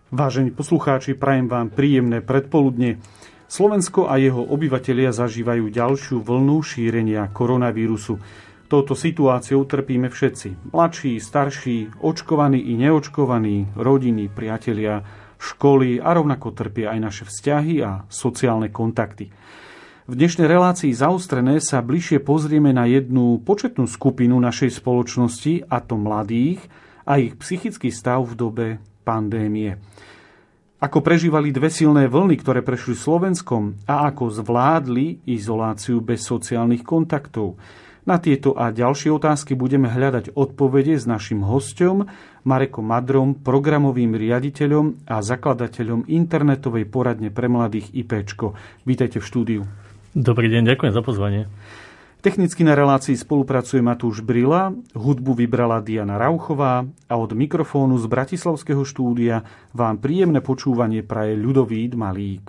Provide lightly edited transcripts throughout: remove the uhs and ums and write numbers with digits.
Vážení poslucháči, prajem vám príjemné predpoludne. Slovensko a jeho obyvatelia zažívajú ďalšiu vlnu šírenia koronavírusu. Touto situáciou trpíme všetci. Mladší, starší, očkovaní i neočkovaní, rodiny, priatelia, školy a rovnako trpia aj naše vzťahy a sociálne kontakty. V dnešnej relácii Zaostrené sa bližšie pozrieme na jednu početnú skupinu našej spoločnosti, a to mladých, a ich psychický stav v dobe pandémie. Ako prežívali dve silné vlny, ktoré prešli Slovenskom, a ako zvládli izoláciu bez sociálnych kontaktov. Na tieto a ďalšie otázky budeme hľadať odpovede s našim hosťom Marekom Madrom, programovým riaditeľom a zakladateľom internetovej poradne pre mladých IPčko. Vítajte v štúdiu. Dobrý deň, ďakujem za pozvanie. Technicky na relácii spolupracuje Matúš Brila, hudbu vybrala Diana Rauchová a od mikrofónu z bratislavského štúdia vám príjemné počúvanie praje Ľudovít Malík.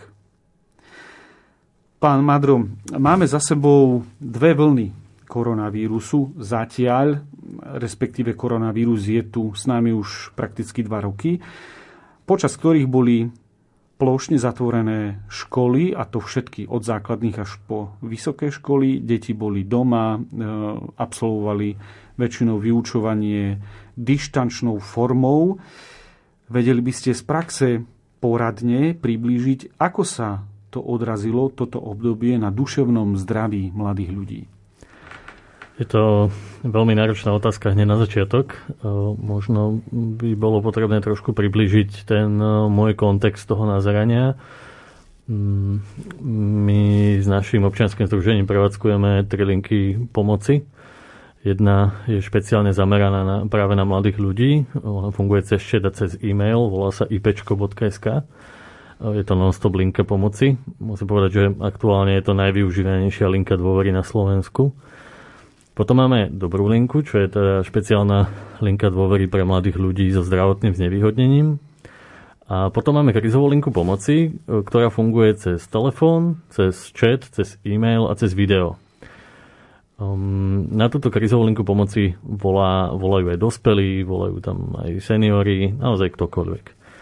Pán Madro, máme za sebou dve vlny koronavírusu zatiaľ, respektíve koronavírus je tu s nami už prakticky 2 roky, počas ktorých boli plošne zatvorené školy, a to všetky od základných až po vysoké školy. Deti boli doma, absolvovali väčšinou vyučovanie dištančnou formou. Vedeli by ste z praxe poradne priblížiť, ako sa to odrazilo, toto obdobie, na duševnom zdraví mladých ľudí? Je to veľmi náročná otázka hneď na začiatok. Možno by bolo potrebné trošku priblížiť ten môj kontext toho nazerania. My s našim občianskym združením prevádzkujeme 3 linky pomoci. Jedna je špeciálne zameraná práve na mladých ľudí. Ona funguje cez chat a cez e-mail. Volá sa ipečko.sk. Je to non-stop linka pomoci. Musím povedať, že aktuálne je to najvyužívanejšia linka dôvery na Slovensku. Potom máme dobrú linku, čo je teda špeciálna linka dôvery pre mladých ľudí so zdravotným znevýhodnením. A potom máme krízovú linku pomoci, ktorá funguje cez telefón, cez chat, cez e-mail a cez video. Na túto krízovú linku pomoci volajú aj dospelí, volajú tam aj seniori, naozaj ktokoľvek.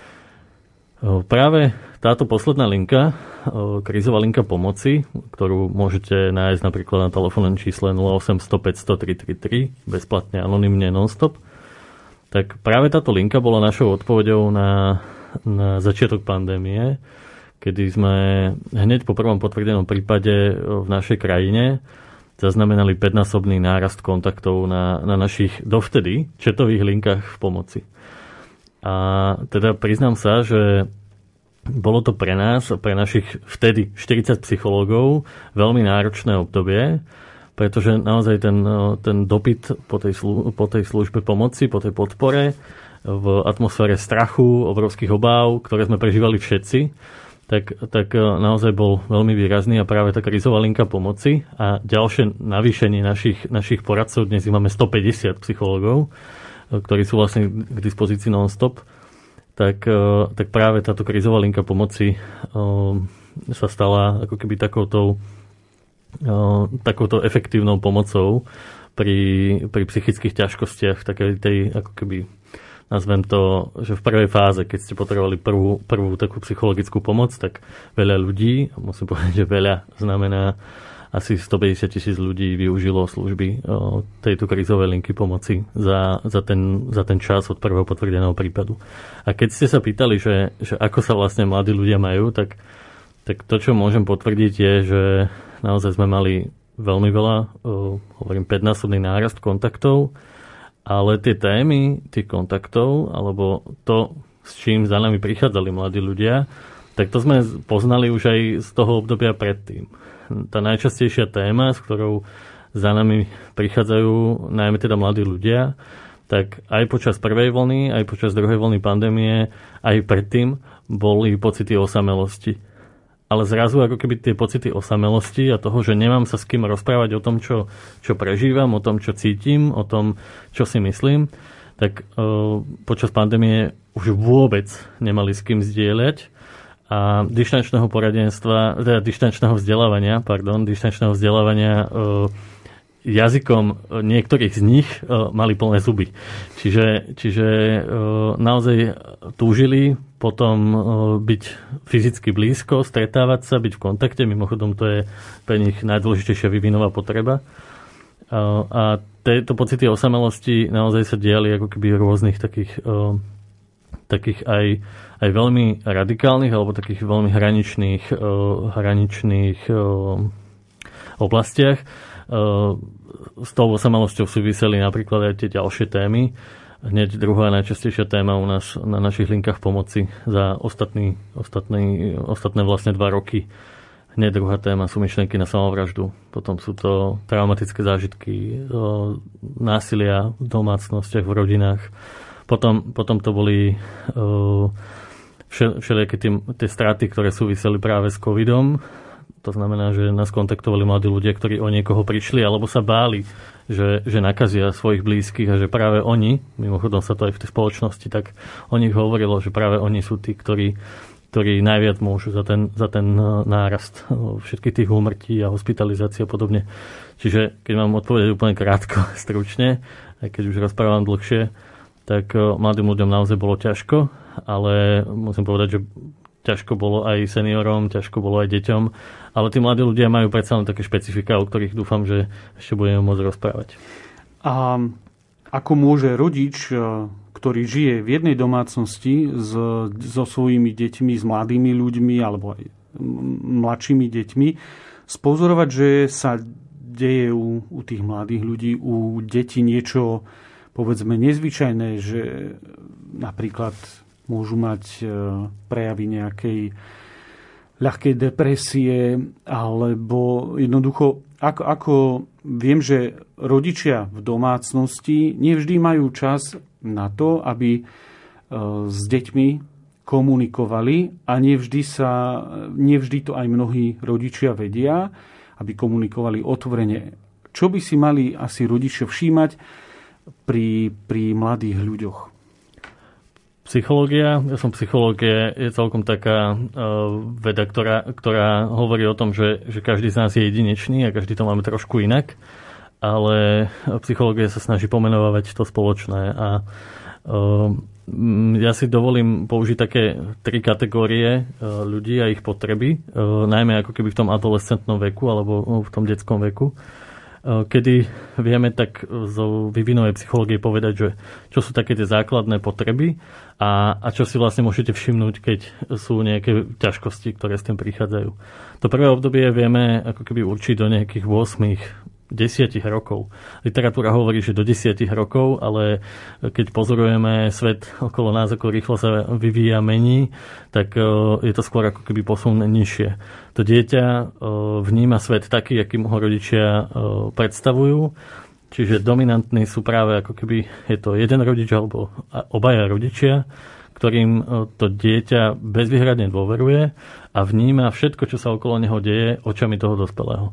Práve táto posledná linka, krízová linka pomoci, ktorú môžete nájsť napríklad na telefónnom čísle 0800 500 333, bezplatne, anonymne, non-stop, tak práve táto linka bola našou odpoveďou na začiatok pandémie, kedy sme hneď po prvom potvrdenom prípade v našej krajine zaznamenali 5-násobný nárast kontaktov na našich dovtedy chatových linkách v pomoci. A teda priznám sa, že bolo to pre nás, pre našich vtedy 40 psychológov veľmi náročné obdobie, pretože naozaj ten dopyt po tej službe pomoci, po tej podpore, v atmosfére strachu, obrovských obáv, ktoré sme prežívali všetci, tak naozaj bol veľmi výrazný, a práve tá krízová linka pomoci a ďalšie navýšenie našich poradcov, dnes máme 150 psychológov, ktorí sú vlastne k dispozícii non-stop, tak práve táto krízová linka pomoci sa stala ako keby takouto efektívnou pomocou pri psychických ťažkostiach, takej tej, ako keby, nazvem to, že v prvej fáze, keď ste potrebovali prvú takú psychologickú pomoc, tak veľa ľudí, musím povedať, že veľa znamená asi 150,000 ľudí využilo služby tejto krízovej linky pomoci za ten čas od prvého potvrdeného prípadu. A keď ste sa pýtali, že ako sa vlastne mladí ľudia majú, tak to, čo môžem potvrdiť, je, že naozaj sme mali veľmi veľa, hovorím, 5-násobný nárast kontaktov, ale tie témy tých kontaktov, alebo to, s čím za nami prichádzali mladí ľudia, tak to sme poznali už aj z toho obdobia predtým. Tá najčastejšia téma, s ktorou za nami prichádzajú najmä teda mladí ľudia, tak aj počas prvej vlny, aj počas druhej vlny pandémie, aj predtým boli pocity osamelosti. Ale zrazu ako keby tie pocity osamelosti a toho, že nemám sa s kým rozprávať o tom, čo prežívam, o tom, čo cítim, o tom, čo si myslím, tak počas pandémie už vôbec nemali s kým zdieľať. A dištančného vzdelávania jazykom niektorých z nich mali plné zuby. Čiže naozaj túžili potom byť fyzicky blízko, stretávať sa, byť v kontakte. Mimochodom, to je pre nich najdôležitejšia vývinová potreba. A tieto pocity osamelosti naozaj sa diali ako keby v rôznych takých aj veľmi radikálnych alebo takých veľmi hraničných oblastiach. S tou osamelosťou súviseli napríklad aj tie ďalšie témy. Hneď druhá najčastejšia téma u nás na našich linkách pomoci za ostatné vlastne 2 roky. Hneď druhá téma sú myšlienky na samovraždu. Potom sú to traumatické zážitky, násilia v domácnostiach, v rodinách. Potom to boli všelijaké tie straty, ktoré súviseli práve s covidom. To znamená, že nás kontaktovali mladí ľudia, ktorí o niekoho prišli alebo sa báli, že nakazia svojich blízkych a že práve oni, mimochodom sa to aj v tej spoločnosti, tak o nich hovorilo, že práve oni sú tí, ktorí najviac môžu za ten nárast všetkých tých úmrtí a hospitalizácií a podobne. Čiže keď mám odpovedať úplne krátko, stručne, aj keď už rozprávam dlhšie, tak mladým ľuďom naozaj bolo ťažko, ale musím povedať, že ťažko bolo aj seniorom, ťažko bolo aj deťom, ale tí mladí ľudia majú predsa len také špecifika, o ktorých dúfam, že ešte budeme môcť rozprávať. A ako môže rodič, ktorý žije v jednej domácnosti so svojimi deťmi, s mladými ľuďmi alebo aj mladšími deťmi, spozorovať, že sa deje u tých mladých ľudí, u detí niečo, povedzme, nezvyčajné, že napríklad môžu mať prejavy nejakej ľahkej depresie, alebo jednoducho, ako viem, že rodičia v domácnosti nevždy majú čas na to, aby s deťmi komunikovali a nevždy to aj mnohí rodičia vedia, aby komunikovali otvorene. Čo by si mali asi rodičia všímať pri mladých ľuďoch? Psychológia, ja som psychológ, je celkom taká veda, ktorá hovorí o tom, že každý z nás je jedinečný a každý to máme trošku inak, ale psychológia sa snaží pomenovať to spoločné a ja si dovolím použiť také 3 kategórie ľudí a ich potreby, najmä ako keby v tom adolescentnom veku alebo v tom detskom veku, kedy vieme tak zo vývinovej psychológie povedať, že čo sú také tie základné potreby a čo si vlastne môžete všimnúť, keď sú nejaké ťažkosti, ktoré s tým prichádzajú. To prvé obdobie vieme ako keby určiť do nejakých 8-10 rokov. Literatúra hovorí, že do 10 rokov, ale keď pozorujeme svet okolo nás, ako rýchlo sa vyvíja, mení, tak je to skôr ako keby posun nižšie. To dieťa vníma svet taký, aký mu ho rodičia predstavujú, čiže dominantní sú práve ako keby je to jeden rodič alebo obaja rodičia, ktorým to dieťa bezvýhradne dôveruje a vníma všetko, čo sa okolo neho deje, očami toho dospelého.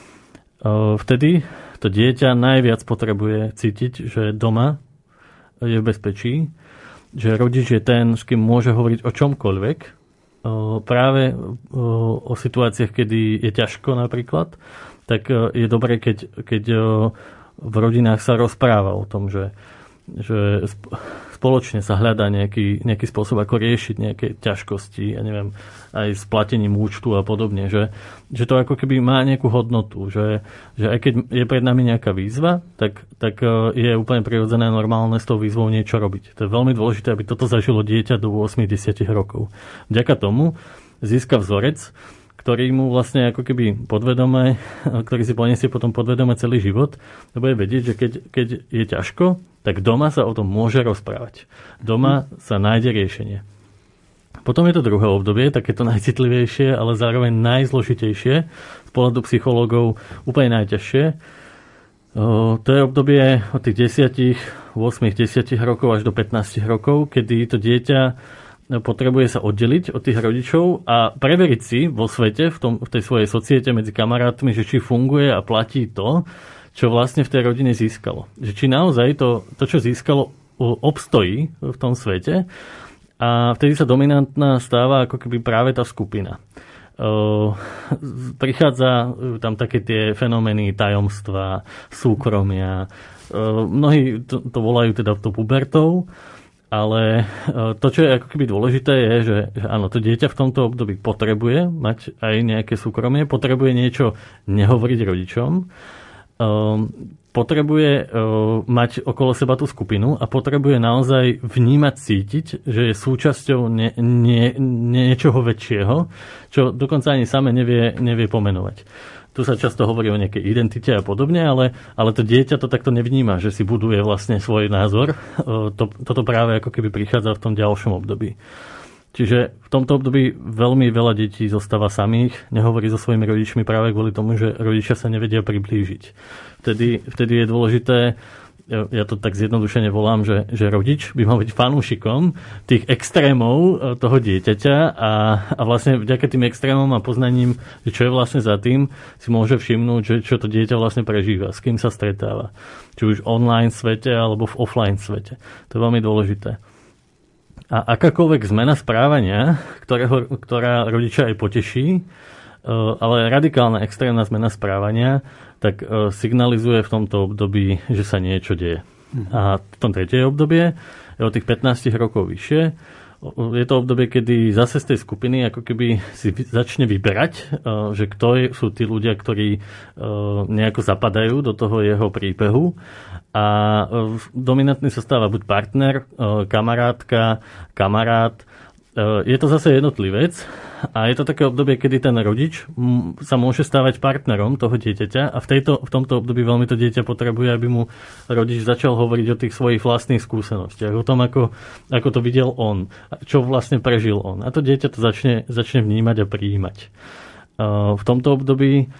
Vtedy to dieťa najviac potrebuje cítiť, že doma je v bezpečí, že rodič je ten, s kým môže hovoriť o čomkoľvek, práve o situáciách, kedy je ťažko napríklad, tak je dobré, keď v rodinách sa rozpráva o tom, že spoločne sa hľadá nejaký spôsob, ako riešiť nejaké ťažkosti, ja neviem, aj s platením účtu a podobne, že to ako keby má nejakú hodnotu, že aj keď je pred nami nejaká výzva, tak je úplne prirodzené a normálne s tou výzvou niečo robiť. To je veľmi dôležité, aby toto zažilo dieťa do 8-10 rokov. Vďaka tomu získa vzorec, ktorý mu vlastne ako keby podvedome, ktorý si poniesie potom podvedome celý život, a bude vedieť, že keď je ťažko, tak doma sa o tom môže rozprávať. Doma sa nájde riešenie. Potom je to druhé obdobie, takéto najcitlivejšie, ale zároveň najzložitejšie, z pohľadu psychológov úplne najťažšie. To je obdobie od tých 8-10 rokov až do 15 rokov, kedy to dieťa potrebuje sa oddeliť od tých rodičov a preveriť si vo svete, v tej svojej societe medzi kamarátmi, že či funguje a platí to, čo vlastne v tej rodine získalo. Že či naozaj to čo získalo, obstojí v tom svete a vtedy sa dominantná stáva ako keby práve tá skupina. prichádza tam také tie fenomény tajomstva, súkromia. Mnohí to volajú teda to pubertou, ale to, čo je ako keby dôležité, je, že áno, to dieťa v tomto období potrebuje mať aj nejaké súkromie, potrebuje niečo nehovoriť rodičom, potrebuje mať okolo seba tú skupinu a potrebuje naozaj vnímať, cítiť, že je súčasťou niečoho väčšieho, čo dokonca ani same nevie pomenovať. Tu sa často hovorí o nejakej identite a podobne, ale to dieťa to takto nevníma, že si buduje vlastne svoj názor. Toto práve ako keby prichádza v tom ďalšom období. Čiže v tomto období veľmi veľa detí zostáva samých, nehovorí so svojimi rodičmi práve kvôli tomu, že rodičia sa nevedia priblížiť. Vtedy je dôležité, ja to tak zjednodušene volám, že rodič by mal byť fanúšikom tých extrémov toho dieťaťa a vlastne vďaka tým extrémom a poznaním, že čo je vlastne za tým, si môže všimnúť, že čo to dieťa vlastne prežíva, s kým sa stretáva. Či už online svete alebo v offline svete. To je veľmi dôležité. A akákoľvek zmena správania, ktorá rodiča aj poteší, ale radikálna extrémna zmena správania, tak signalizuje v tomto období, že sa niečo deje. A v tom tretie obdobie je od tých 15 rokov vyššie. Je to obdobie, kedy zase z tej skupiny ako keby si začne vyberať, že kto sú tí ľudia, ktorí nejako zapadajú do toho jeho príbehu. A dominantný sa stáva buď partner, kamarátka, kamarát. Je to zase jednotlivec a je to také obdobie, kedy ten rodič sa môže stávať partnerom toho dieťaťa a v tomto období veľmi to dieťa potrebuje, aby mu rodič začal hovoriť o tých svojich vlastných skúsenostiach, o tom, ako to videl on, čo vlastne prežil on. A to dieťa to začne vnímať a prijímať. V tomto období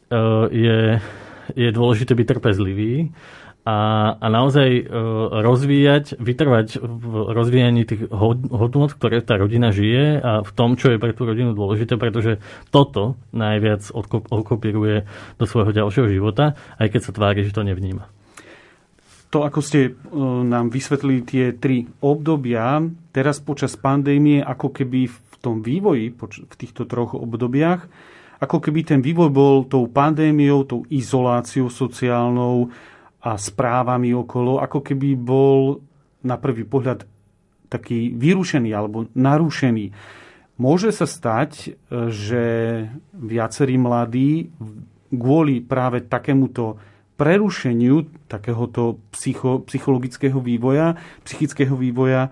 je dôležité byť trpezlivý a naozaj vytrvať v rozvíjaní tých hodnôt, ktoré tá rodina žije a v tom, čo je pre tú rodinu dôležité, pretože toto najviac okopíruje do svojho ďalšieho života, aj keď sa tvári, že to nevníma. To, ako ste nám vysvetlili tie 3 obdobia, teraz počas pandémie, ako keby v tom vývoji, v týchto 3 obdobiach, ako keby ten vývoj bol tou pandémiou, tou izoláciou sociálnou, a správami okolo, ako keby bol na prvý pohľad taký vyrušený alebo narušený. Môže sa stať, že viacerí mladí kvôli práve takémuto prerušeniu takéhoto psychologického vývoja, psychického vývoja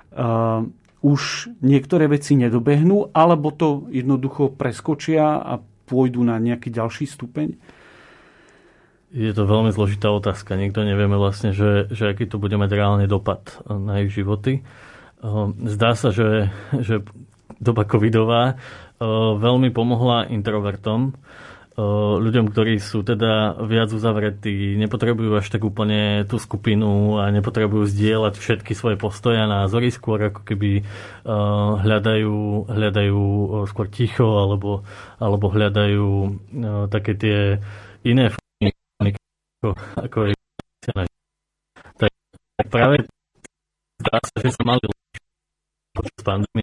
už niektoré veci nedobehnú, alebo to jednoducho preskočia a pôjdu na nejaký ďalší stupeň? Je to veľmi zložitá otázka. Nikto nevieme vlastne, že aký to bude mať reálne dopad na ich životy. Zdá sa, že doba covidová veľmi pomohla introvertom, ľuďom, ktorí sú teda viac uzavretí, nepotrebujú až tak úplne tú skupinu a nepotrebujú zdieľať všetky svoje postoje a názory, skôr ako keby hľadajú skôr ticho alebo hľadajú také tie iné ako je tak práve zdá sa, že sa mali počas pandémie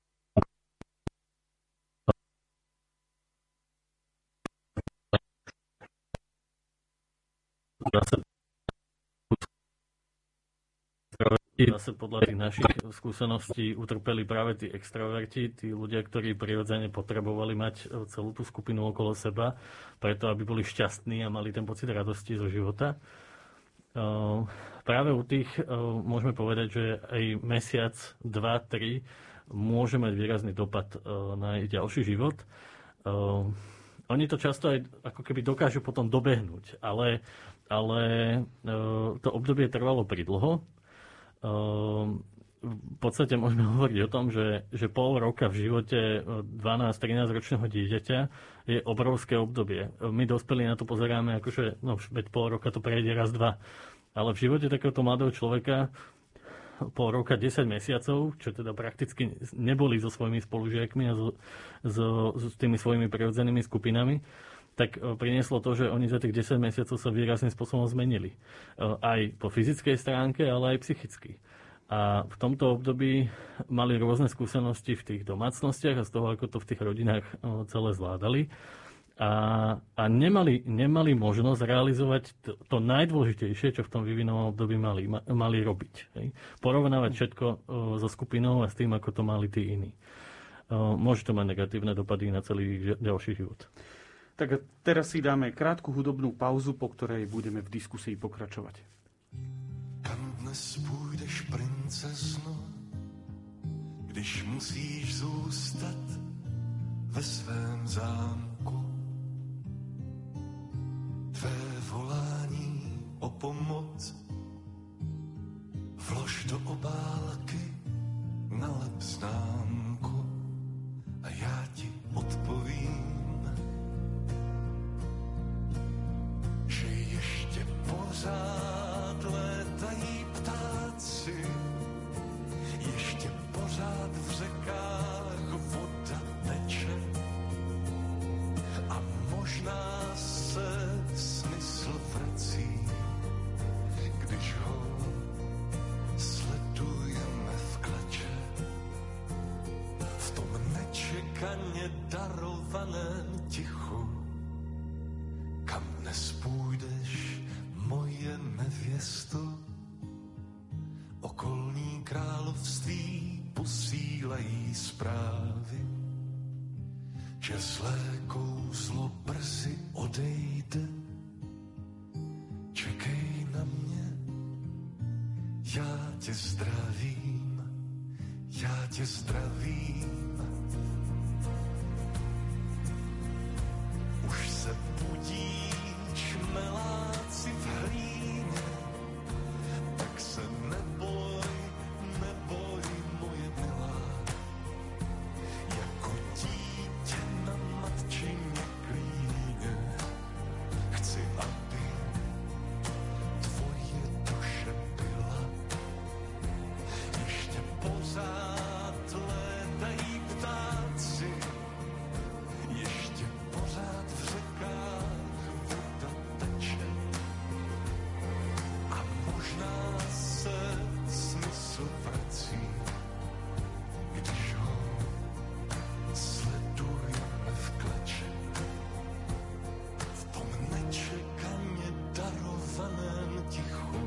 zase podľa tých našich skúseností utrpeli práve tí extroverti, tí ľudia, ktorí prirodzene potrebovali mať celú tú skupinu okolo seba, preto aby boli šťastní a mali ten pocit radosti zo života. Práve u tých môžeme povedať, že aj mesiac, 2, 3 môže mať výrazný dopad na ich ďalší život. Oni to často aj ako keby dokážu potom dobehnúť, ale to obdobie trvalo pridlho. V podstate môžeme hovoriť o tom, že pol roka v živote 12-13 ročného dieťaťa je obrovské obdobie. My dospelí na to pozeráme akože, veď pol roka to prejde raz, dva. Ale v živote takéhoto mladého človeka pol roka, 10 mesiacov, čo teda prakticky neboli so svojimi spolužiakmi a s tými svojimi prirodzenými skupinami, tak prinieslo to, že oni za tých 10 mesiacov sa výrazným spôsobom zmenili. Aj po fyzickej stránke, ale aj psychicky. A v tomto období mali rôzne skúsenosti v tých domácnostiach a z toho, ako to v tých rodinách celé zvládali. A nemali možnosť realizovať to najdôležitejšie, čo v tom vývinovom období mali robiť. Hej. Porovnávať všetko so skupinou a s tým, ako to mali tí iní. Môže to mať negatívne dopady na celý ďalší život. Tak teraz si dáme krátku hudobnú pauzu, po ktorej budeme v diskusii pokračovať. Kam dnes půjdeš, princezno, když musíš zůstat ve svém zámku? Tvé volání o pomoc vlož do obálky, nalep známku a já ti odpovím, že ještě pořád létají ptáci, ještě pořád v řekách voda teče a možná se smysl vrací, když ho sledujeme v kleče. V tom nečekaně darovaném tichu, kam dnes půjdeš, moje nevěsto. Okolní království posílají zprávy, že zlé kouzlo brzy odejde. Čekej na mě, já tě zdravím, já tě zdravím. Už se budí čmeláci v hlíně, tak se neboj, neboj, moje milá. Jako dítě na matčině klíně chci, aby tvoje duše byla. Ještě pořád létají ptáci, ještě pořád v řekách voda teče a možná se smysl vrací, když ho sledujeme v kleče. V tom nečekaně darovaném tichu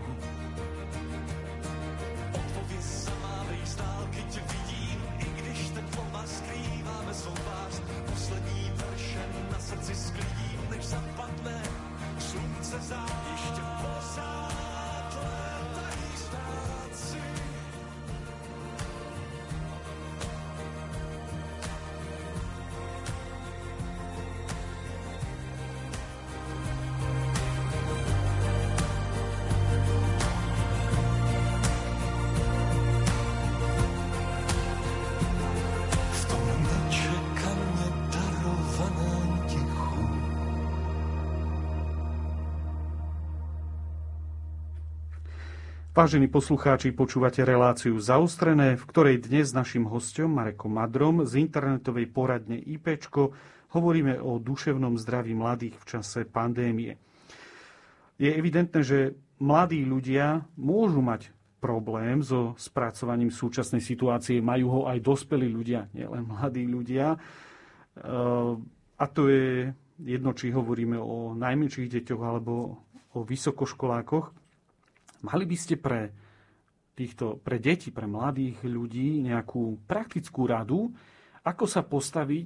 odpověď zamávej z dálky, tě vidím, i když tak dvoma skrýváme svou tvář. Poslední verše na srdci sklidím, než zapadne slunce zář. Ještě pořád létají ptáci, v tom nečekaně darovaném tichu. Vážení poslucháči, počúvate reláciu Zaostrené, v ktorej dnes s našim hosťom Marekom Madrom z internetovej poradne IPčko hovoríme o duševnom zdraví mladých v čase pandémie. Je evidentné, že mladí ľudia môžu mať problém so spracovaním súčasnej situácie, majú ho aj dospelí ľudia, nielen mladí ľudia. A to je jedno, či hovoríme o najmenších deťoch alebo o vysokoškolákoch. Mali by ste pre deti, pre mladých ľudí nejakú praktickú radu, ako sa postaviť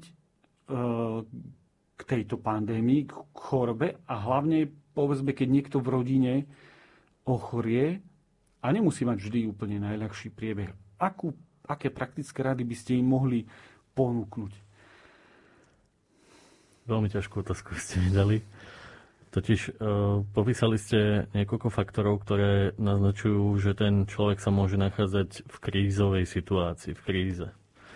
k tejto pandémii, k chorobe a hlavne, povedzme, keď niekto v rodine ochorie a nemusí mať vždy úplne najľahší priebeh. Aké praktické rady by ste im mohli ponúknuť? Veľmi ťažkú otázku ste mi dali. Totiž popísali ste niekoľko faktorov, ktoré naznačujú, že ten človek sa môže nachádzať v krízovej situácii, v kríze.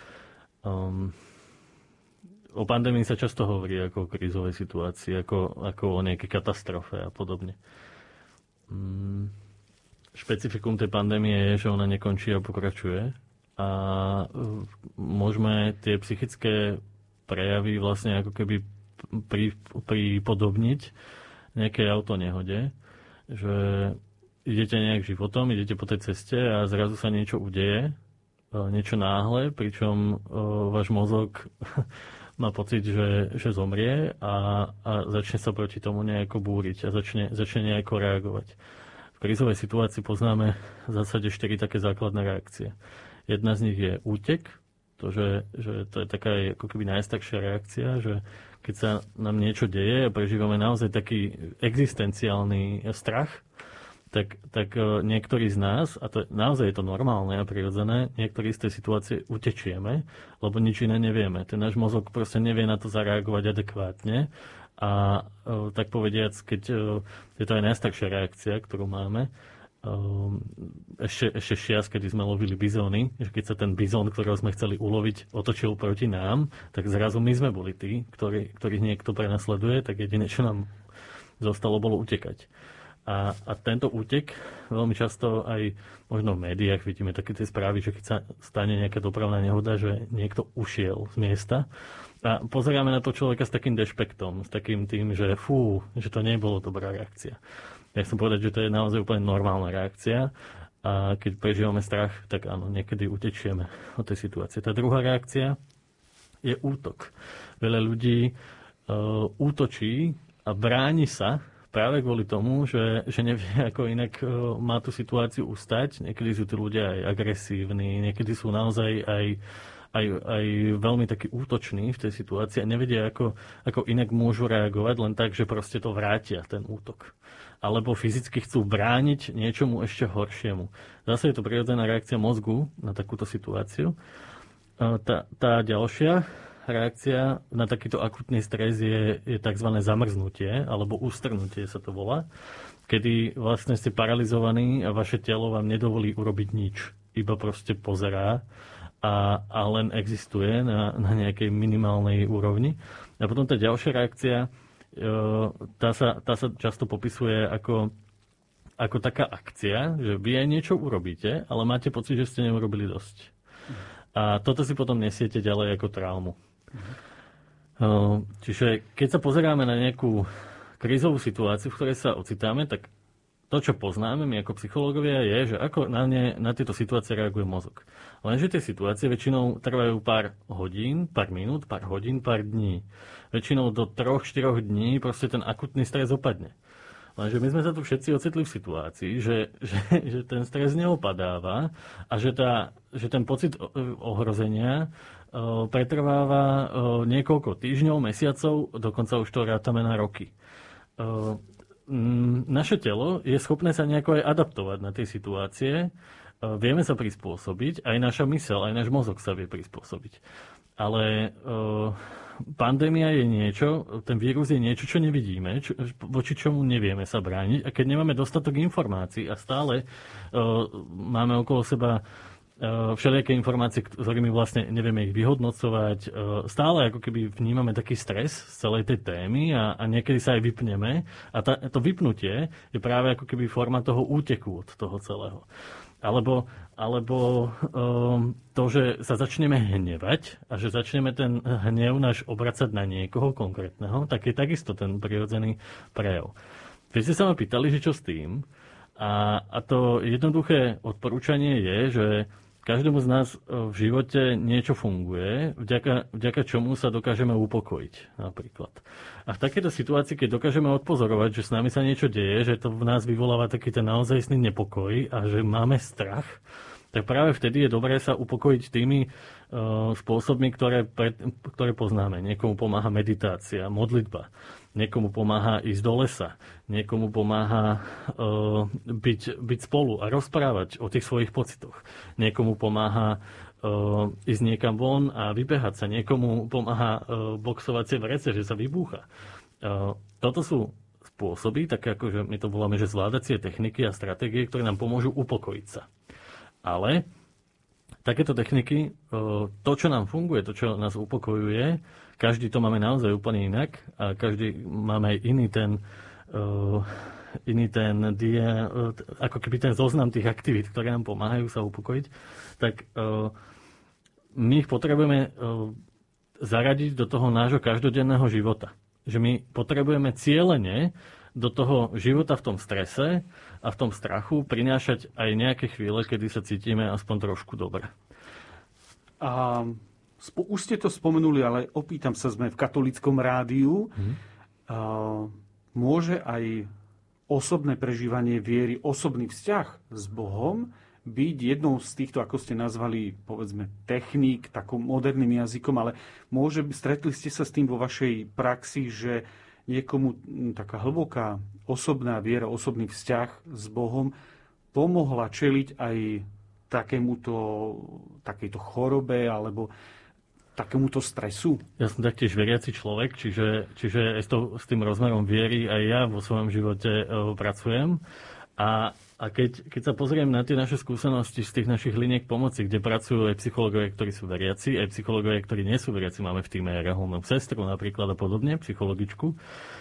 O pandémii sa často hovorí ako o krízovej situácii, ako o nejakej katastrofe a podobne. Špecifikum tej pandémie je, že ona nekončí a pokračuje a môžeme tie psychické prejavy vlastne ako keby pripodobniť nejakej autonehode, že idete nejak životom, idete po tej ceste a zrazu sa niečo udeje, niečo náhle, pričom váš mozog má pocit, že zomrie a začne sa proti tomu nejako búriť a začne nejako reagovať. V krízovej situácii poznáme v zásade 4 také základné reakcie. Jedna z nich je útek, že to je taká ako keby najstaršia reakcia, že keď sa nám niečo deje a prežívame naozaj taký existenciálny strach, tak niektorí z nás, a to naozaj je to normálne a prirodzené, niektorí z tej situácie utečieme, lebo nič iné nevieme. Ten náš mozog proste nevie na to zareagovať adekvátne a tak povediac, keď je to aj najstaršia reakcia, ktorú máme, ešte čias, kedy sme lovili bizóny, že keď sa ten bizón, ktorého sme chceli uloviť, otočil proti nám, tak zrazu my sme boli tí, ktorých niekto prenasleduje, tak jediné, čo nám zostalo, bolo utekať. A tento útek veľmi často aj možno v médiách vidíme také tie správy, že keď sa stane nejaká dopravná nehoda, že niekto ušiel z miesta a pozeráme na to človeka s takým dešpektom, s takým tým, že že to nebolo dobrá reakcia. Ja chcem povedať, že to je naozaj úplne normálna reakcia a keď prežívame strach, tak áno, niekedy utečieme od tej situácie. Tá druhá reakcia je útok. Veľa ľudí útočí a bráni sa práve kvôli tomu, že nevie, ako inak má tú situáciu ustať. Niekedy sú tí ľudia aj agresívni, niekedy sú naozaj aj veľmi takí útoční v tej situácii a nevedia, ako inak môžu reagovať, len tak, že proste to vrátia, ten útok. Alebo fyzicky chcú brániť niečomu ešte horšiemu. Zase je to prirodzená reakcia mozgu na takúto situáciu. Tá ďalšia reakcia na takýto akutný stres je tzv. Zamrznutie, alebo ustrnutie sa to volá, kedy vlastne ste paralizovaní a vaše telo vám nedovolí urobiť nič. Iba proste pozerá a len existuje na nejakej minimálnej úrovni. A potom tá ďalšia reakcia, tá sa často popisuje ako taká akcia, že vy aj niečo urobíte, ale máte pocit, že ste neurobili dosť. A toto si potom nesiete ďalej ako traumu. Čiže keď sa pozeráme na nejakú krízovú situáciu, v ktorej sa ocitáme, tak to, čo poznáme my ako psychológovia, je, že ako na tieto situácie reaguje mozog. Lenže tie situácie väčšinou trvajú pár hodín, pár minút, pár hodín, pár dní. Väčšinou do 3-4 dní proste ten akutný stres opadne. Lenže my sme sa tu všetci ocitli v situácii, že ten stres neopadáva a že ten pocit ohrozenia pretrváva niekoľko týždňov, mesiacov, dokonca už to rátame na roky. Naše telo je schopné sa nejako aj adaptovať na tie situácie, vieme sa prispôsobiť, aj naša myseľ, aj náš mozog sa vie prispôsobiť. Ale pandémia je niečo, ten vírus je niečo, čo nevidíme, voči čomu nevieme sa brániť. A keď nemáme dostatok informácií a stále máme okolo seba všelijaké informácie, ktorými vlastne nevieme ich vyhodnocovať, stále ako keby vnímame taký stres z celej tej témy a niekedy sa aj vypneme. A to vypnutie je práve ako keby forma toho úteku od toho celého. Alebo to, že sa začneme hnevať a že začneme ten hnev náš obracať na niekoho konkrétneho, tak je takisto ten prirodzený prejav. Vy ste sa ma pýtali, že čo s tým? A to jednoduché odporúčanie je, že každému z nás v živote niečo funguje, vďaka čomu sa dokážeme upokojiť napríklad. A v takejto situácii, keď dokážeme odpozorovať, že s nami sa niečo deje, že to v nás vyvoláva taký ten naozajstný nepokoj a že máme strach, tak práve vtedy je dobré sa upokojiť tými spôsobmi, ktoré poznáme. Niekomu pomáha meditácia, modlitba. Niekomu pomáha ísť do lesa. Niekomu pomáha byť spolu a rozprávať o tých svojich pocitoch. Niekomu pomáha ísť niekam von a vybehať sa. Niekomu pomáha boxovacie vrece, že sa vybúcha. Toto sú spôsoby, také ako že my to voláme, že zvládacie techniky a stratégie, ktoré nám pomôžu upokojiť sa. Ale takéto techniky, to, čo nám funguje, to, čo nás upokojuje, každý to máme naozaj úplne inak a každý máme aj ako keby ten zoznam tých aktivít, ktoré nám pomáhajú sa upokojiť, tak my ich potrebujeme zaradiť do toho nášho každodenného života. Že my potrebujeme cielene do toho života v tom strese a v tom strachu prinášať aj nejaké chvíle, kedy sa cítime aspoň trošku dobre. A už ste to spomenuli, ale opýtam sa, sme v katolíckom rádiu. Môže aj osobné prežívanie viery, osobný vzťah s Bohom byť jednou z týchto, ako ste nazvali, povedzme, techník, takom moderným jazykom, ale stretli ste sa s tým vo vašej praxi, že niekomu taká hlboká osobná viera, osobný vzťah s Bohom pomohla čeliť aj takejto chorobe alebo takémuto stresu? Ja som taktiež veriaci človek, čiže s tým rozmerom viery aj ja vo svojom živote pracujem. A keď sa pozriem na tie naše skúsenosti z tých našich liniek pomoci, kde pracujú aj psychológovia, ktorí sú veriaci, aj psychológovia, ktorí nie sú veriaci, máme v týme reholnú sestru napríklad a podobne, psychologičku.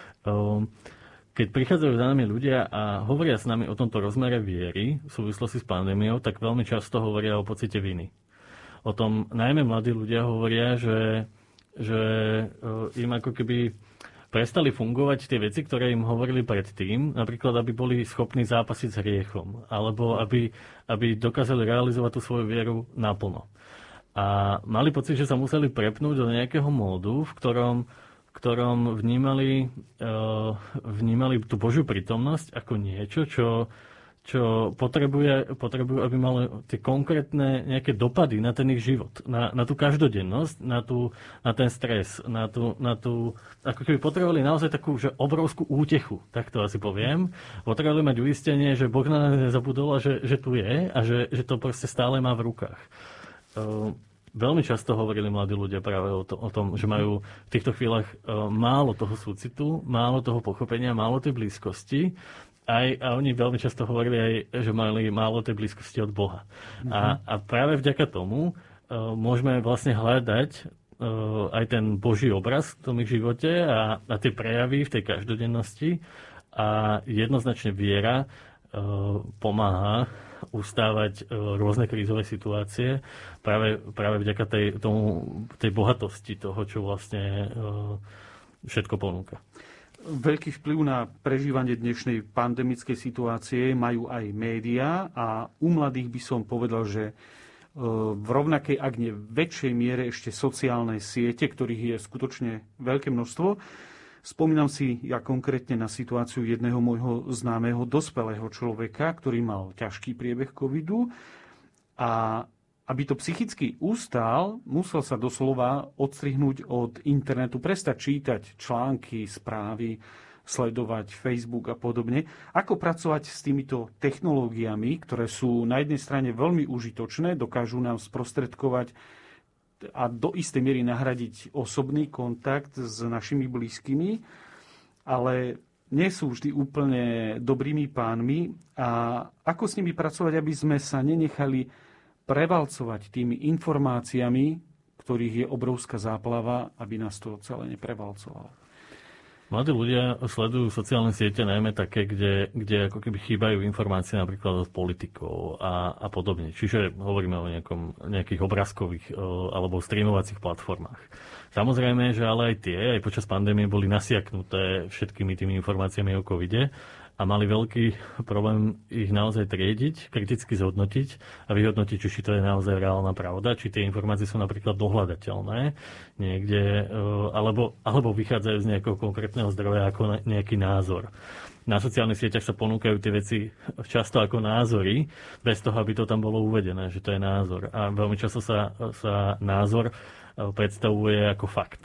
Keď prichádzajú za nami ľudia a hovoria s nami o tomto rozmere viery v súvislosti s pandémiou, tak veľmi často hovoria o pocite viny. O tom najmä mladí ľudia hovoria, že im ako keby prestali fungovať tie veci, ktoré im hovorili predtým, napríklad, aby boli schopní zápasiť s hriechom, alebo aby dokázali realizovať tú svoju vieru naplno. A mali pocit, že sa museli prepnúť do nejakého módu, v ktorom vnímali tú Božiu prítomnosť ako niečo, čo potrebujú, aby malo tie konkrétne nejaké dopady na ten ich život, na tú každodennosť, na ten stres, na tú, ako keby potrebovali naozaj takú, že obrovskú útechu, tak to asi poviem. Potrebovali mať uistenie, že Boh na nás nezabudol a že tu je a že to proste stále má v rukách. Veľmi často hovorili mladí ľudia práve o tom, že majú v týchto chvíľach málo toho súcitu, málo toho pochopenia, málo tej blízkosti. A oni veľmi často hovorili aj, že mali málo tej blízkosti od Boha. A práve vďaka tomu môžeme vlastne hľadať aj ten Boží obraz v tom ich živote a tie prejavy v tej každodennosti. A jednoznačne viera pomáha ustávať rôzne krízové situácie práve vďaka tej bohatosti toho, čo vlastne všetko ponúka. Veľký vplyv na prežívanie dnešnej pandemickej situácie majú aj médiá a u mladých by som povedal, že v rovnakej, ak nie väčšej miere ešte sociálne siete, ktorých je skutočne veľké množstvo. Spomínam si ja konkrétne na situáciu jedného môjho známeho dospelého človeka, ktorý mal ťažký priebeh covidu a aby to psychicky ustál, musel sa doslova odstrihnúť od internetu, prestať čítať články, správy, sledovať Facebook a podobne. Ako pracovať s týmito technológiami, ktoré sú na jednej strane veľmi užitočné, dokážu nám sprostredkovať a do istej miery nahradiť osobný kontakt s našimi blízkymi, ale nie sú vždy úplne dobrými pánmi. A ako s nimi pracovať, aby sme sa nenechali prevalcovať tými informáciami, ktorých je obrovská záplava, aby nás to celé neprevalcovalo. Mladí ľudia sledujú sociálne siete najmä také, kde ako keby chýbajú informácie napríklad od politikov a podobne. Čiže hovoríme o nejakých obrázkových alebo streamovacích platformách. Samozrejme, že ale aj tie, aj počas pandémie boli nasiaknuté všetkými tými informáciami o covide a mali veľký problém ich naozaj triediť, kriticky zhodnotiť a vyhodnotiť, či to je naozaj reálna pravda, či tie informácie sú napríklad dohľadateľné niekde, alebo vychádzajú z nejakého konkrétneho zdroja ako nejaký názor. Na sociálnych sieťach sa ponúkajú tie veci často ako názory, bez toho, aby to tam bolo uvedené, že to je názor. A veľmi často sa názor predstavuje ako fakt.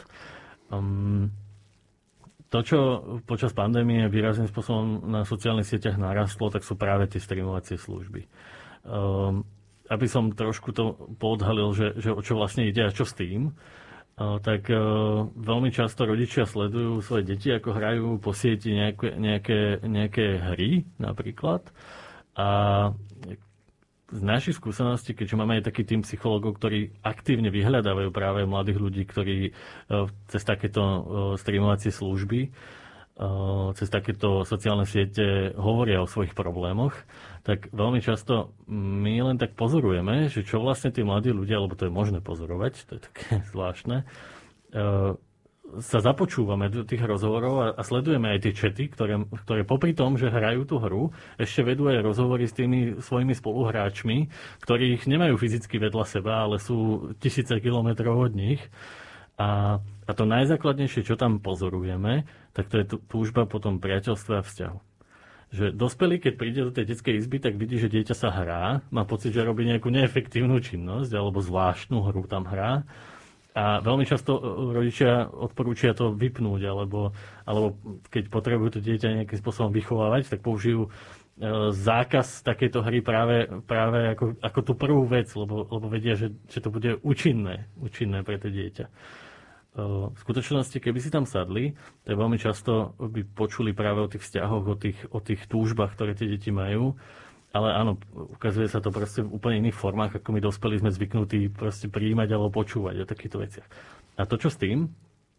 To, čo počas pandémie výrazným spôsobom na sociálnych sieťach narastlo, tak sú práve tie streamovacie služby. Aby som trošku to poodhalil, že o čo vlastne ide a čo s tým, tak veľmi často rodičia sledujú svoje deti, ako hrajú po sieti nejaké hry napríklad. A z našich skúseností, keďže máme aj taký tým psychológov, ktorí aktívne vyhľadávajú práve mladých ľudí, ktorí cez takéto streamovacie služby, cez takéto sociálne siete hovoria o svojich problémoch, tak veľmi často my len tak pozorujeme, že čo vlastne tí mladí ľudia, alebo to je možné pozorovať, to je také zvláštne, sa započúvame do tých rozhovorov a sledujeme aj tie chaty, ktoré popri tom, že hrajú tú hru, ešte vedú aj rozhovory s tými svojimi spoluhráčmi, ktorých nemajú fyzicky vedľa seba, ale sú tisíce kilometrov od nich. A to najzákladnejšie, čo tam pozorujeme, tak to je túžba po tom priateľstve a vzťahu. Že dospelý, keď príde do tej detskej izby, tak vidí, že dieťa sa hrá, má pocit, že robí nejakú neefektívnu činnosť alebo zvláštnu hru tam hrá. A veľmi často rodičia odporúčia to vypnúť, alebo keď potrebujú to dieťa nejakým spôsobom vychovávať, tak použijú zákaz takejto hry práve ako tú prvú vec, lebo vedia, že to bude účinné pre to dieťa. V skutočnosti, keby si tam sadli, tak veľmi často by počuli práve o tých vzťahoch, o tých túžbách, ktoré tie deti majú. Ale áno, ukazuje sa to proste v úplne iných formách, ako my dospelí sme zvyknutí proste prijímať alebo počúvať o takýchto veciach. A to, čo s tým?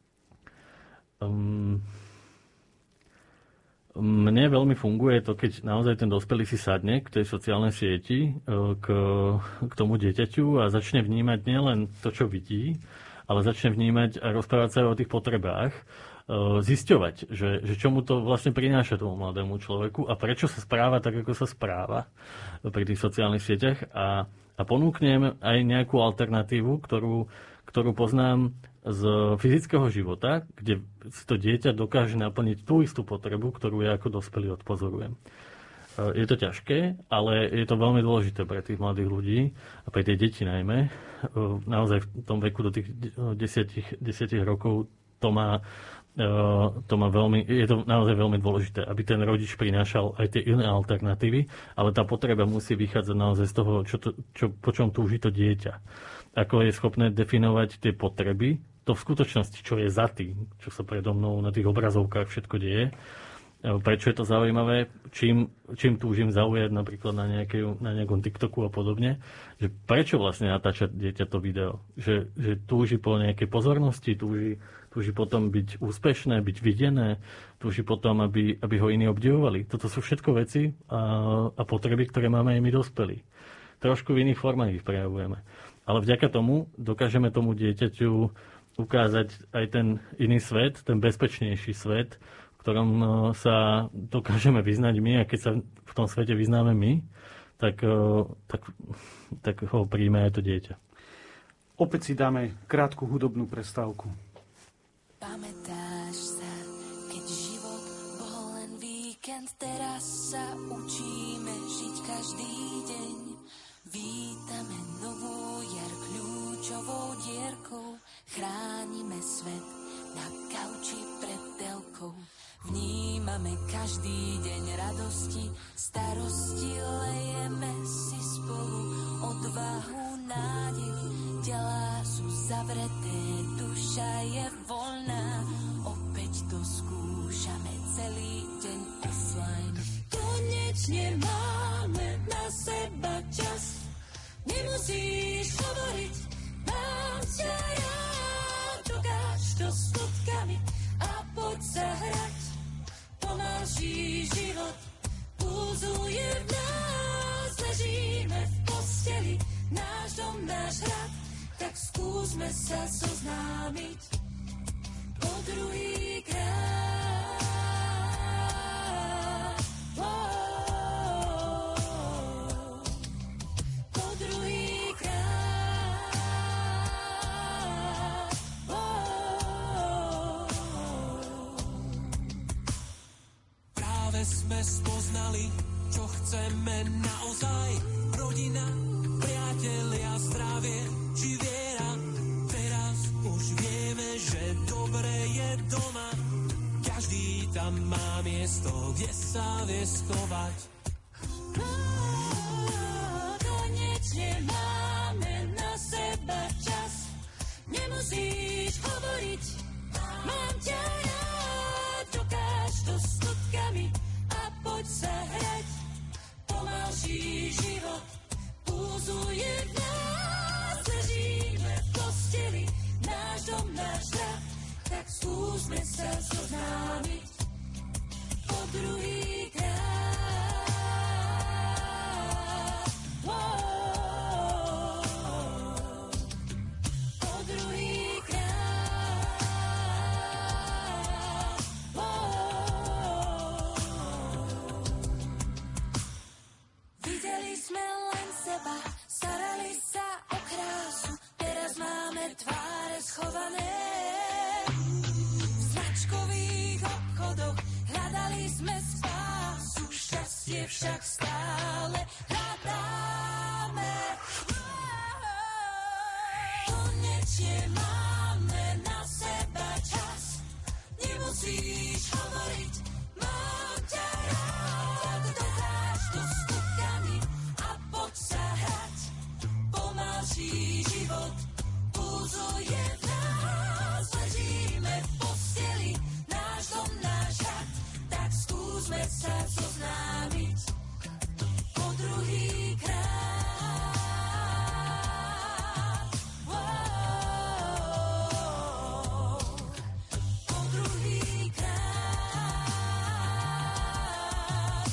Mne veľmi funguje to, keď naozaj ten dospelý si sadne k tej sociálnej sieti, k tomu dieťaťu a začne vnímať nielen to, čo vidí, ale začne vnímať a rozprávať sa aj o tých potrebách, zisťovať, že čo mu to vlastne prináša tomu mladému človeku a prečo sa správa tak, ako sa správa pri tých sociálnych sieťach a ponúknem aj nejakú alternatívu, ktorú poznám z fyzického života, kde si to dieťa dokáže naplniť tú istú potrebu, ktorú ja ako dospelý odpozorujem. Je to ťažké, ale je to veľmi dôležité pre tých mladých ľudí a pre tie deti najmä. Naozaj v tom veku do tých 10 rokov je to naozaj veľmi dôležité, aby ten rodič prinášal aj tie iné alternatívy, ale tá potreba musí vychádzať naozaj z toho, po čom túži to dieťa. Ako je schopné definovať tie potreby, to v skutočnosti, čo je za tým, čo sa predo mnou na tých obrazovkách všetko deje. Prečo je to zaujímavé, čím túžim zaujať napríklad na nejakom TikToku a podobne, že prečo vlastne natáča dieťa to video, že túži po nejakej pozornosti, túži potom byť úspešné, byť videné, túži potom, aby ho iní obdivovali. Toto sú všetko veci a potreby, ktoré máme aj my dospelí. Trošku v iných formách ich prejavujeme. Ale vďaka tomu dokážeme tomu dieťaťu ukázať aj ten iný svet, ten bezpečnejší svet, v ktorom sa dokážeme vyznať my, a keď sa v tom svete vyznáme my, tak ho príjme aj to dieťa. Opäť si dáme krátku hudobnú prestávku. Pamätáš sa, keď život bol len víkend, teraz sa učíme žiť každý deň. Vítame novú jar kľúčovou dierkou, chránime svet na kauči pred telkou. Vnímame každý deň radosti, starosti, lejeme si spolu odvahu, nádej. Telá sú zavreté, duša je voľná, opäť to skúšame celý deň offline. Konečne máme na seba čas, nemusíš hovoriť, mám ťa rád, dokáž to skutkami a poď sa hrať. Pomalší život pulzuje v nás, ležíme v posteli, náš dom, náš hrad, tak skúsme sa zoznámiť po druhýkrát. Po druhýkrát. Práve sme spoznali, čo chceme naozaj. Rodina, priatelia, zdravie či viera. Teraz už vieme, že dobre je doma. Každý tam má miesto, kde sa vie schovať. Konečne máme na seba čas, nemusíš hovoriť, mám ťa rád, dokáž to skutkami a poď sa hrať. Pomalší život pulzuje v nás, ležíme v posteli, náš dom, náš hrad, tak skúsme sa zoznámiť po druhýkrát. Po druhýkrát. schované. V značkových obchodoch hľadali sme spásu, šťastie však stále hľadáme. Konečne máme na seba čas, nemusíš hovoriť, mám ťa rád. Dokáž to skutkami a poď sa hrať, pomalší život pulzuje v nás. Ležíme v posteli, náš dom, náš hrad, tak skúsme sa zoznámiť po druhýkrát. Po druhýkrát.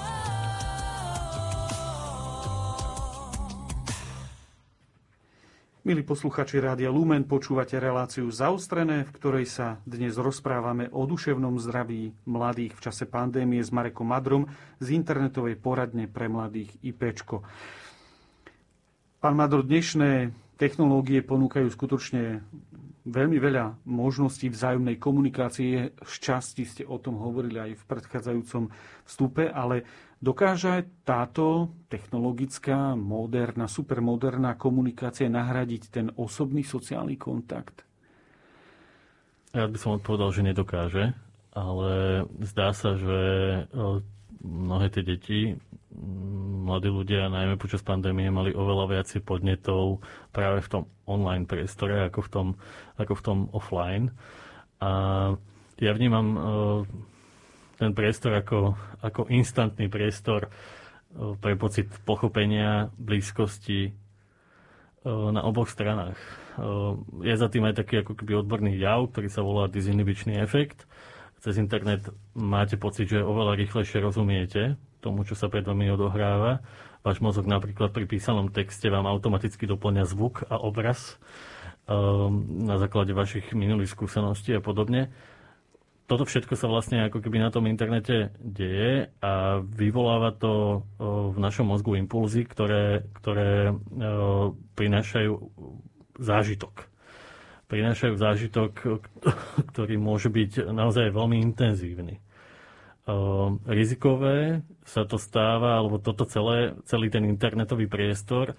Milí posluchači Rádia Lumen, počúvate reláciu Zaostrené, v ktorej sa dnes rozprávame o duševnom zdraví mladých v čase pandémie s Marekom Madrom z internetovej poradne pre mladých IPčko. Pán Madro, dnešné technológie ponúkajú skutočne veľmi veľa možností vzájomnej komunikácie. Šťastí ste o tom hovorili aj v predchádzajúcom vstupe, ale dokáže táto technologická, moderná, supermoderná komunikácia nahradiť ten osobný sociálny kontakt? Ja by som odpovedal, že nedokáže, ale zdá sa, že mnohé tie deti, mladí ľudia, najmä počas pandémie, mali oveľa viacej podnetov práve v tom online priestore ako v tom offline. A ja vnímam ten priestor ako instantný priestor pre pocit pochopenia, blízkosti na oboch stranách. Je za tým aj taký ako keby odborný jav, ktorý sa volá disinhibičný efekt. Cez internet máte pocit, že oveľa rýchlejšie rozumiete tomu, čo sa pred vami odohráva. Váš mozog napríklad pri písanom texte vám automaticky doplňa zvuk a obraz na základe vašich minulých skúseností a podobne. Toto všetko sa vlastne ako keby na tom internete deje a vyvoláva to v našom mozgu impulzy, ktoré prinášajú zážitok. Prinášajú zážitok, ktorý môže byť naozaj veľmi intenzívny. Rizikové sa to stáva, alebo toto celý ten internetový priestor,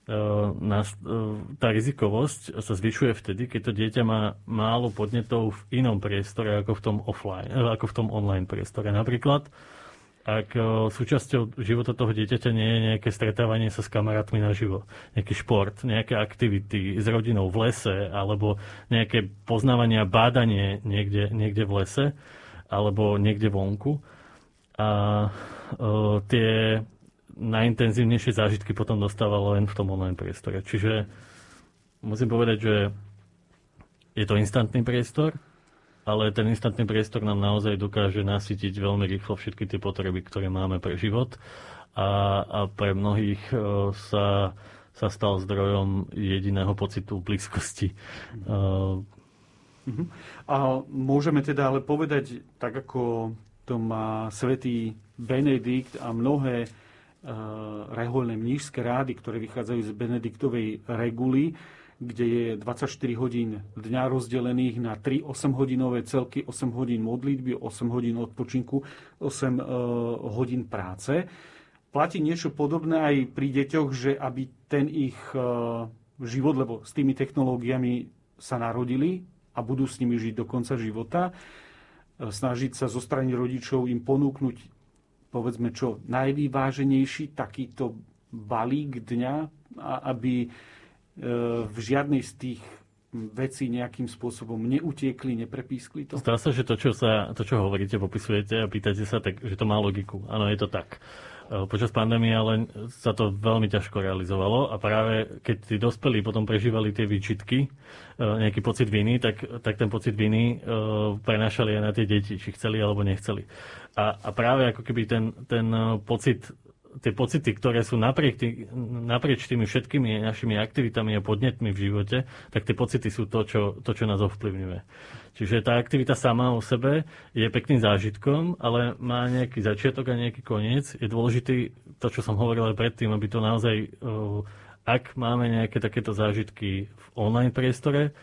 tá rizikovosť sa zvyšuje vtedy, keď to dieťa má málo podnetov v inom priestore ako v tom online priestore. Napríklad, ak súčasťou života toho dieťaťa nie je nejaké stretávanie sa s kamarátmi naživo, nejaký šport, nejaké aktivity s rodinou v lese, alebo nejaké poznávanie a bádanie niekde v lese, alebo niekde vonku. A tie najintenzívnejšie zážitky potom dostáva len v tom online priestore. Čiže musím povedať, že je to instantný priestor, ale ten instantný priestor nám naozaj dokáže nasytiť veľmi rýchlo všetky tie potreby, ktoré máme pre život a pre mnohých sa stal zdrojom jediného pocitu blízkosti. A môžeme teda ale povedať, tak ako to má svätý Benedikt a mnohé reholné mníšské rády, ktoré vychádzajú z Benediktovej reguly, kde je 24 hodín dňa rozdelených na 3 8-hodinové celky, 8 hodín modlitby, 8 hodín odpočinku, 8 hodín práce. Platí niečo podobné aj pri deťoch, že aby ten ich život, lebo s tými technológiami sa narodili a budú s nimi žiť do konca života, snažiť sa zo strany rodičov im ponúknuť povedzme čo najvyváženejší takýto balík dňa, aby v žiadnej z tých vecí nejakým spôsobom neutiekli, neprepískli to? Zdá sa, že to, čo hovoríte, popisujete a pýtate sa, tak, že to má logiku. Áno, je to tak. Počas pandémie ale sa to veľmi ťažko realizovalo a práve keď tí dospelí potom prežívali tie výčitky, nejaký pocit viny, tak ten pocit viny prenášali aj na tie deti, či chceli alebo nechceli. A práve ako keby ten pocit, tie pocity, ktoré sú naprieč tými všetkými našimi aktivitami a podnetmi v živote, tak tie pocity sú to, čo nás ovplyvňuje. Čiže tá aktivita sama o sebe je pekným zážitkom, ale má nejaký začiatok a nejaký koniec. Je dôležitý to, čo som hovoril aj predtým, aby to naozaj, ak máme nejaké takéto zážitky v online priestore,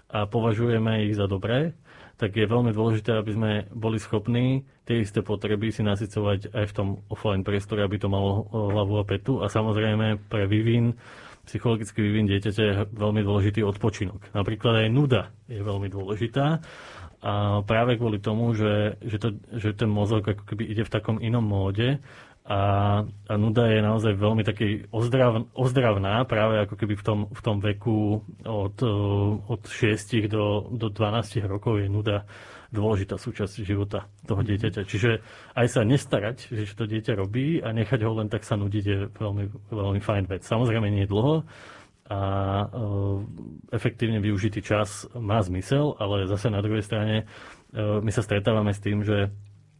a považujeme ich za dobré, tak je veľmi dôležité, aby sme boli schopní tie isté potreby si nasycovať aj v tom offline priestore, aby to malo hlavu a petu. A samozrejme pre psychologický vývin dieťaťa je veľmi dôležitý odpočinok. Napríklad aj nuda je veľmi dôležitá. A práve kvôli tomu, že ten mozog ako keby ide v takom inom móde a nuda je naozaj veľmi taký ozdravná, práve ako keby v tom veku od 6 do 12 rokov je nuda dôležitá súčasť života toho dieťaťa. Čiže aj sa nestarať, že to dieťa robí a nechať ho len tak sa nudiť je veľmi, veľmi fajn vec. Samozrejme nie je dlho a efektívne využitý čas má zmysel, ale zase na druhej strane my sa stretávame s tým, že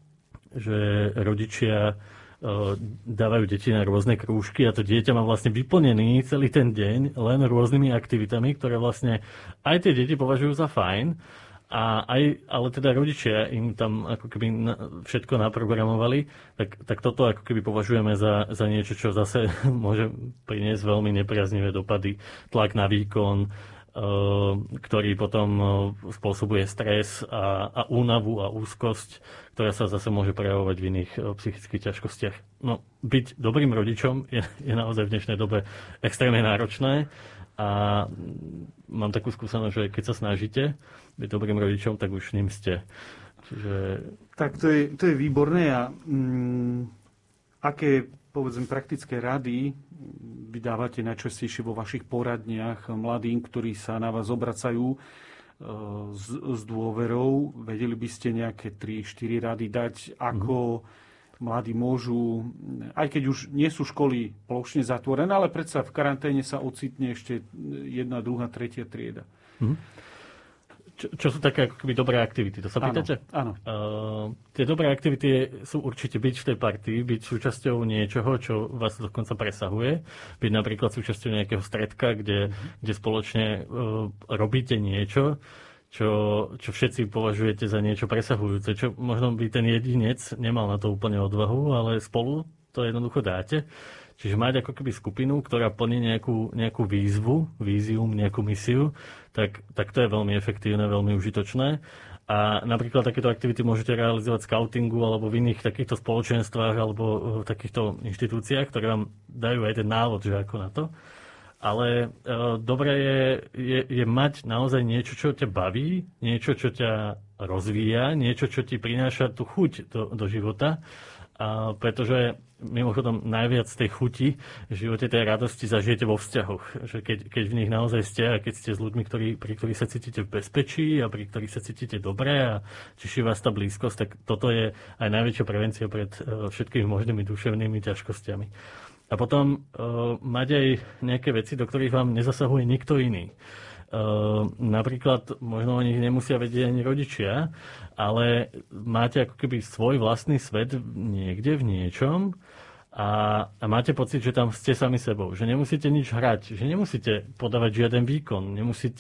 rodičia dávajú deti na rôzne krúžky a to dieťa má vlastne vyplnený celý ten deň len rôznymi aktivitami, ktoré vlastne aj tie deti považujú za fajn, ale teda rodičia im tam ako keby všetko naprogramovali, tak toto ako keby považujeme za niečo, čo zase môže priniesť veľmi nepriaznivé dopady, tlak na výkon, ktorý potom spôsobuje stres a únavu a úzkosť, ktorá sa zase môže prejavovať v iných psychických ťažkostiach. No, byť dobrým rodičom je naozaj v dnešnej dobe extrémne náročné a mám takú skúsenosť, že keď sa snažíte byť dobrým rodičom, tak už ním ste. Čiže... Tak to je výborné a aké povedzme praktické rady vydávate najčastejšie vo vašich poradniach mladým, ktorí sa na vás obracajú s dôverou? Vedeli by ste nejaké 3-4 rady dať, ako mladí môžu, aj keď už nie sú školy plošne zatvorené, ale predsa v karanténe sa ocitne ešte 1., 2., 3. trieda. Čo sú také ako keby dobré aktivity? To sa pýtate? Áno. Tie dobré aktivity sú určite byť v tej partii, byť súčasťou niečoho, čo vás dokonca presahuje. Byť napríklad súčasťou nejakého stredka, kde spoločne robíte niečo, čo všetci považujete za niečo presahujúce. Čo možno by ten jedinec nemal na to úplne odvahu, ale spolu to jednoducho dáte. Čiže mať ako keby skupinu, ktorá plní nejakú víziu, nejakú misiu, tak to je veľmi efektívne, veľmi užitočné. A napríklad takéto aktivity môžete realizovať v scoutingu alebo v iných takýchto spoločenstvách alebo v takýchto inštitúciách, ktoré vám dajú aj ten návod, že ako na to. Ale dobré je mať naozaj niečo, čo ťa baví, niečo, čo ťa rozvíja, niečo, čo ti prináša tú chuť do života. Pretože mimochodom najviac tej chuti v živote, tej radosti zažijete vo vzťahoch. Že keď v nich naozaj ste a keď ste s ľuďmi, pri ktorých sa cítite v bezpečí a pri ktorých sa cítite dobre a teší vás tá blízkosť, tak toto je aj najväčšia prevencia pred všetkými možnými duševnými ťažkosťami. A potom mať aj nejaké veci, do ktorých vám nezasahuje nikto iný. Napríklad možno o nich nemusia vedieť ani rodičia, ale máte ako keby svoj vlastný svet niekde v niečom a máte pocit, že tam ste sami sebou, že nemusíte nič hrať, že nemusíte podávať žiaden výkon,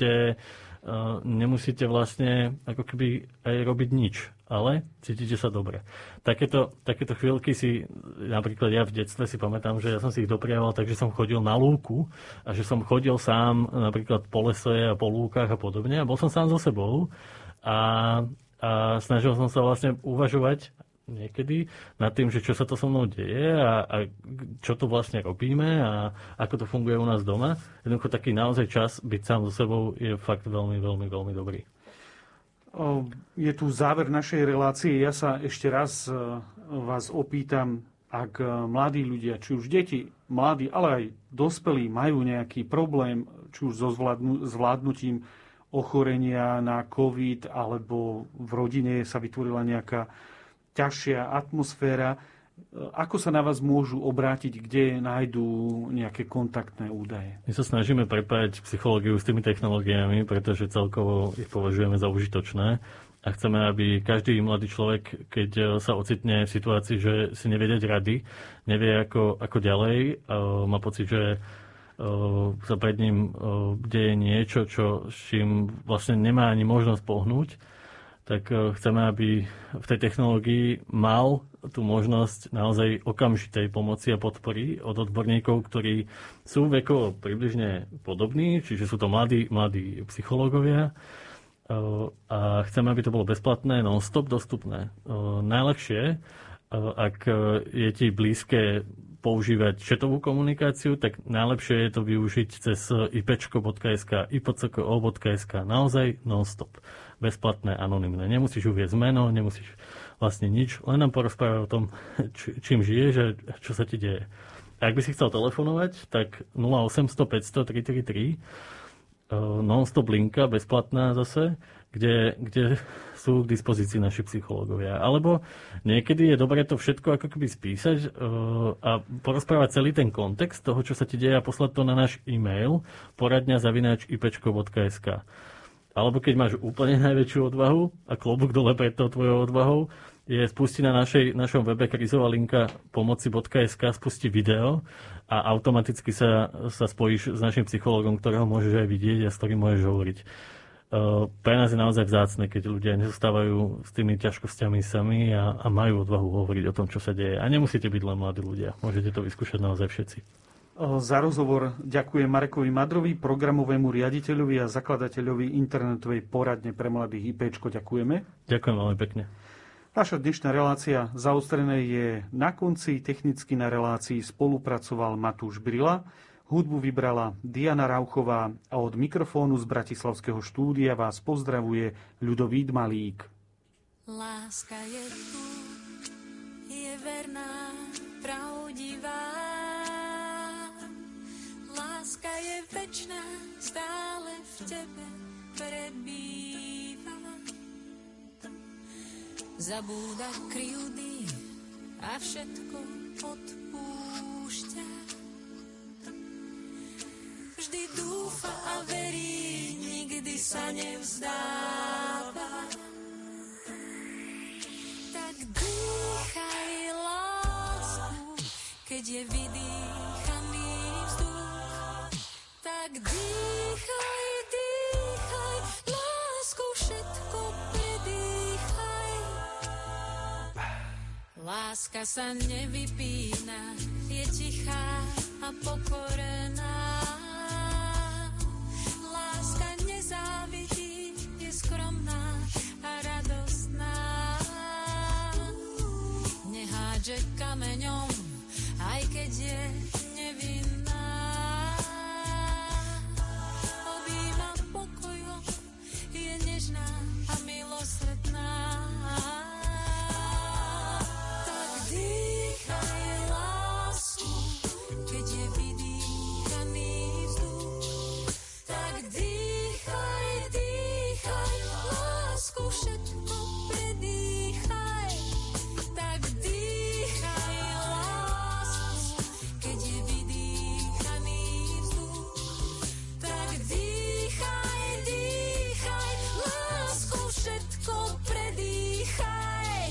nemusíte vlastne ako keby aj robiť nič, ale cítite sa dobre. Takéto chvíľky si, napríklad ja v detstve si pamätám, že ja som si ich dopriaval, takže som chodil na lúku a že som chodil sám napríklad po lese a po lúkach a podobne a bol som sám so sebou a snažil som sa vlastne uvažovať niekedy nad tým, že čo sa to so mnou deje a čo to vlastne robíme a ako to funguje u nás doma. Jednoducho taký naozaj čas byť sám so sebou je fakt veľmi, veľmi, veľmi dobrý. Je tu záver našej relácie. Ja sa ešte raz vás opýtam, ak mladí ľudia, či už deti, mladí, ale aj dospelí majú nejaký problém, či už so zvládnutím ochorenia na COVID, alebo v rodine sa vytvorila nejaká ťažšia atmosféra. Ako sa na vás môžu obrátiť, kde nájdú nejaké kontaktné údaje? My sa snažíme prepájať psychológiu s tými technológiami, pretože celkovo ich považujeme za užitočné a chceme, aby každý mladý človek, keď sa ocitne v situácii, že si nevie dať rady, nevie ako ďalej, má pocit, že sa pred ním deje niečo, s čím vlastne nemá ani možnosť pohnúť, tak chceme, aby v tej technológii mal tú možnosť naozaj okamžitej pomoci a podpory od odborníkov, ktorí sú vekovo približne podobní, čiže sú to mladí psychológovia a chceme, aby to bolo bezplatné, non-stop dostupné. Najlepšie, ak je ti blízke používať chatovú komunikáciu, tak najlepšie je to využiť cez ipčko.sk, ipcko.sk, naozaj non-stop. Bezplatné, anonymné. Nemusíš uviesť meno, nemusíš vlastne nič, len nám porozprávať o tom, čím žiješ a čo sa ti deje. A ak by si chcel telefonovať, tak 0800 500 333, non-stop linka, bezplatná zase, kde sú k dispozícii naši psychológovia. Alebo niekedy je dobré to všetko ako keby spísať a porozprávať celý ten kontext toho, čo sa ti deje a poslať to na náš e-mail poradňa@ipčko.sk. Alebo keď máš úplne najväčšiu odvahu a klobúk dole pred tou tvojou odvahou, je spustiť na našom webe krízová linka pomoci.sk, spusti video a automaticky sa spojíš s našim psychológom, ktorého môžeš aj vidieť a s ktorým môžeš hovoriť. Pre nás je naozaj vzácne, keď ľudia nezostávajú s tými ťažkosťami sami a majú odvahu hovoriť o tom, čo sa deje. A nemusíte byť len mladí ľudia. Môžete to vyskúšať naozaj všetci. Za rozhovor ďakujem Marekovi Madrovi, programovému riaditeľovi a zakladateľovi internetovej poradne pre mladých IPčko. Ďakujeme. Ďakujem veľmi pekne. Naša dnešná relácia Zaostrené je na konci. Technicky na relácii spolupracoval Matúš Brila. Hudbu vybrala Diana Rauchová a od mikrofónu z bratislavského štúdia vás pozdravuje Ľudovít Malík. Láska je tu, je verná, pravdivá. Láska je večná, stále v tebe prebýva. Zabúda krivdy a všetko odpúšťa. Vždy dúfa a verí, nikdy sa nevzdáva. Tak dýchaj lásku, keď je vydýchaný vzduch. Tak dýchaj, dýchaj, lásku všetko predýchaj. Láska sa nevypína, je tichá a pokorená. Nezávidí, je skromná a radostná. Nehádže kameňom, aj keď je nevinná. Objíma pokojom, je nežná a milosrdná. Tak dýchaj lásku, keď je vydýchaný vzduch. Tak dýchaj, dýchaj, lásku všetko predýchaj. Tak dýchaj lásku, keď je vydýchaný vzduch. Tak dýchaj, dýchaj, lásku všetko predýchaj.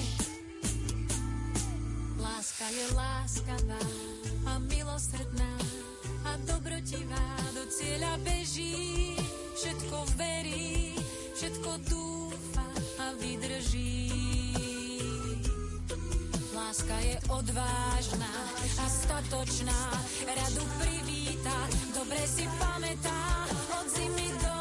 Láska je láskavá a milosrdná a dobrotivá, do cieľa beží, všetko verí, všetko dúfa a vydrží. Láska je odvážna a statočná, radu privíta, dobre si pamätá, od zimy do